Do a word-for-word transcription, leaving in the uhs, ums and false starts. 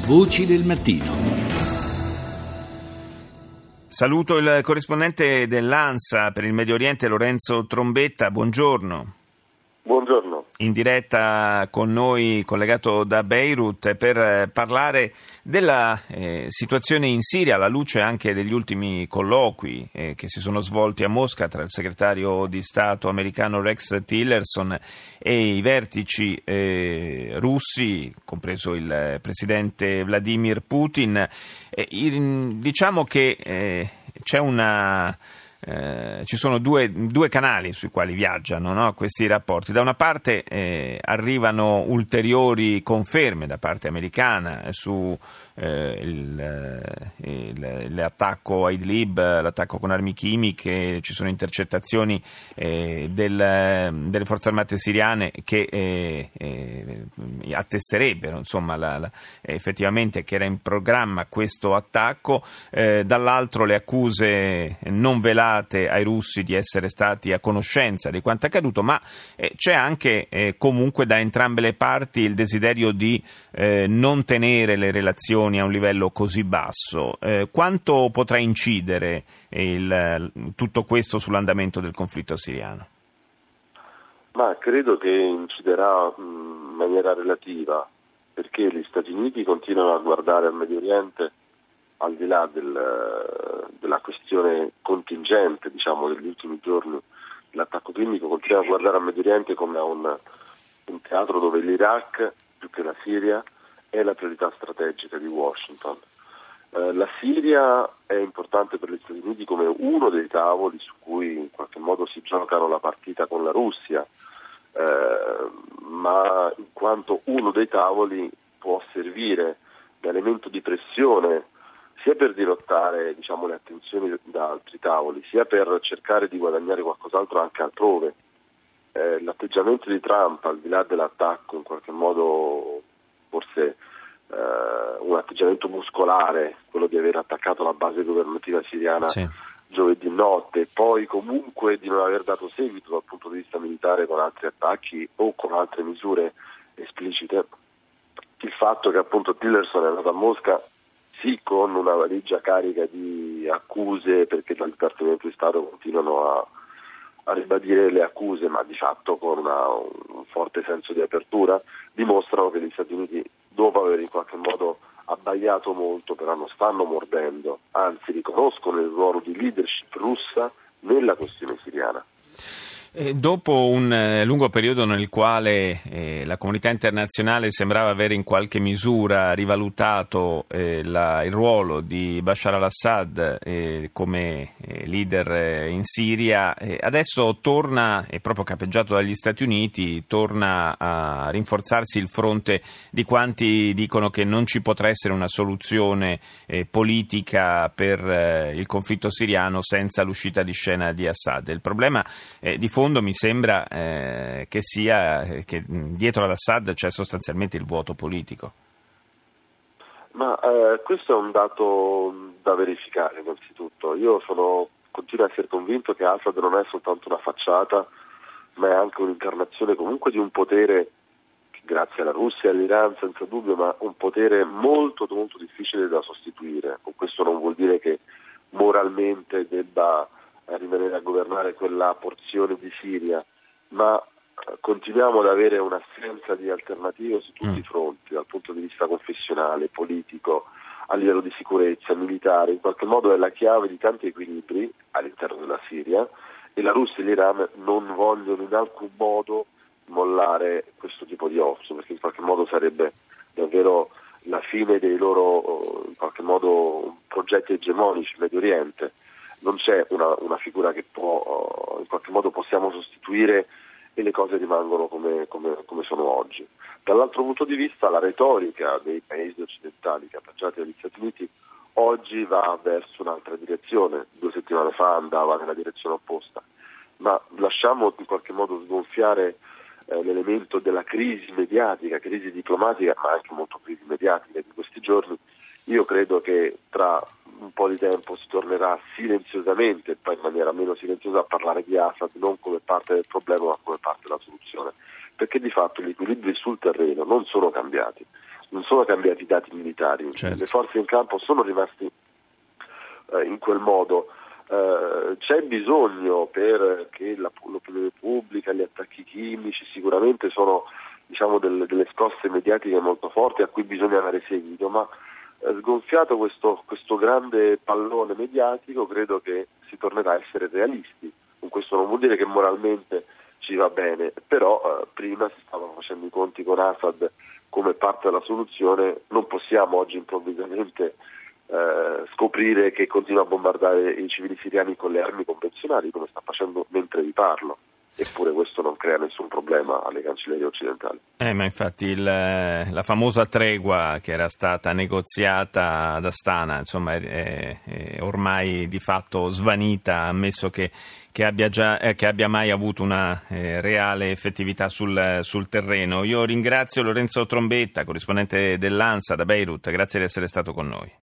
Voci del mattino. Saluto il corrispondente dell'ANSA per il Medio Oriente, Lorenzo Trombetta. Buongiorno. Buongiorno. In diretta con noi, collegato da Beirut, per parlare della eh, situazione in Siria, alla luce anche degli ultimi colloqui eh, che si sono svolti a Mosca tra il segretario di Stato americano Rex Tillerson e i vertici eh, russi, compreso il presidente Vladimir Putin. Eh, in, diciamo che eh, c'è una... Eh, ci sono due, due canali sui quali viaggiano, no, questi rapporti. Da una parte eh, arrivano ulteriori conferme da parte americana su eh, il, il, l'attacco a Idlib, l'attacco con armi chimiche. Ci sono intercettazioni eh, del, delle forze armate siriane che eh, eh, attesterebbero insomma la, la, effettivamente che era in programma questo attacco. Eh, dall'altro le accuse non velate ai russi di essere stati a conoscenza di quanto accaduto, ma eh, c'è anche eh, comunque da entrambe le parti il desiderio di eh, non tenere le relazioni a un livello così basso. Eh, quanto potrà incidere il, tutto questo sull'andamento del conflitto siriano? Ma credo che inciderà in maniera relativa, perché gli Stati Uniti continuano a guardare al Medio Oriente, al di là del, della questione contingente, diciamo, degli ultimi giorni, l'attacco chimico, continua a guardare al Medio Oriente come a un, un teatro dove l'Iraq, più che la Siria, è la priorità strategica di Washington. Eh, la Siria è importante per gli Stati Uniti come uno dei tavoli su cui in qualche modo si giocano la partita con la Russia, eh, ma in quanto uno dei tavoli può servire da elemento di pressione sia per dirottare, diciamo, le attenzioni da altri tavoli, sia per cercare di guadagnare qualcos'altro anche altrove. Eh, l'atteggiamento di Trump, al di là dell'attacco, in qualche modo forse eh, un atteggiamento muscolare, quello di aver attaccato la base governativa siriana sì. giovedì notte, e poi comunque di non aver dato seguito dal punto di vista militare con altri attacchi o con altre misure esplicite. Il fatto che appunto Tillerson è andato a Mosca sì, con una valigia carica di accuse, perché dal Dipartimento di Stato continuano a, a ribadire le accuse, ma di fatto con una, un forte senso di apertura, dimostrano che gli Stati Uniti, dopo aver in qualche modo abbaiato molto, però non stanno mordendo, anzi riconoscono il ruolo di leadership russa nella questione siriana. Eh, dopo un eh, lungo periodo nel quale eh, la comunità internazionale sembrava avere in qualche misura rivalutato eh, la, il ruolo di Bashar al-Assad eh, come eh, leader eh, in Siria, eh, adesso torna, è proprio capeggiato dagli Stati Uniti, torna a rinforzarsi il fronte di quanti dicono che non ci potrà essere una soluzione eh, politica per eh, il conflitto siriano senza l'uscita di scena di Assad. Il problema eh, di fondo mi sembra eh, che sia che dietro ad Assad c'è sostanzialmente il vuoto politico. Ma eh, questo è un dato da verificare innanzitutto. Io sono continuo a essere convinto che Assad non è soltanto una facciata, ma è anche un'incarnazione comunque di un potere che, grazie alla Russia e all'Iran senza dubbio, ma un potere molto molto difficile da sostituire. Questo non vuol dire che moralmente debba a rimanere a governare quella porzione di Siria, ma continuiamo ad avere un'assenza di alternative su tutti mm. i fronti, dal punto di vista confessionale, politico, a livello di sicurezza, militare. In qualche modo è la chiave di tanti equilibri all'interno della Siria, e la Russia e l'Iran non vogliono in alcun modo mollare questo tipo di opzione, perché in qualche modo sarebbe davvero la fine dei loro in qualche modo progetti egemonici in Medio Oriente. Non c'è una, una figura che può, in qualche modo possiamo sostituire, e le cose rimangono come, come, come sono oggi. Dall'altro punto di vista, la retorica dei paesi occidentali che appoggiati dagli Stati Uniti oggi va verso un'altra direzione. Due settimane fa andava nella direzione opposta, ma lasciamo in qualche modo sgonfiare eh, l'elemento della crisi mediatica, crisi diplomatica, ma anche molto crisi mediatica di questi giorni. Io credo che tra un po' di tempo si tornerà silenziosamente, poi in maniera meno silenziosa, a parlare di Assad non come parte del problema ma come parte della soluzione, perché di fatto gli equilibri sul terreno non sono cambiati. non sono cambiati i dati militari, certo. Le forze in campo sono rimaste eh, in quel modo. Uh, c'è bisogno perché la, l'opinione pubblica, gli attacchi chimici sicuramente sono, diciamo, delle, delle scosse mediatiche molto forti a cui bisogna dare seguito, ma uh, sgonfiato questo, questo grande pallone mediatico credo che si tornerà a essere realisti. Con questo non vuol dire che moralmente ci va bene, però uh, prima si stavano facendo i conti con Assad come parte della soluzione, non possiamo oggi improvvisamente Uh, scoprire che continua a bombardare i civili siriani con le armi convenzionali come sta facendo mentre vi parlo, eppure questo non crea nessun problema alle cancellerie occidentali. Eh, ma infatti il, la famosa tregua che era stata negoziata ad Astana, insomma, è, è ormai di fatto svanita, ammesso che, che, abbia, già, eh, che abbia mai avuto una eh, reale effettività sul, sul terreno. Io ringrazio Lorenzo Trombetta, corrispondente dell'ANSA da Beirut, grazie di essere stato con noi.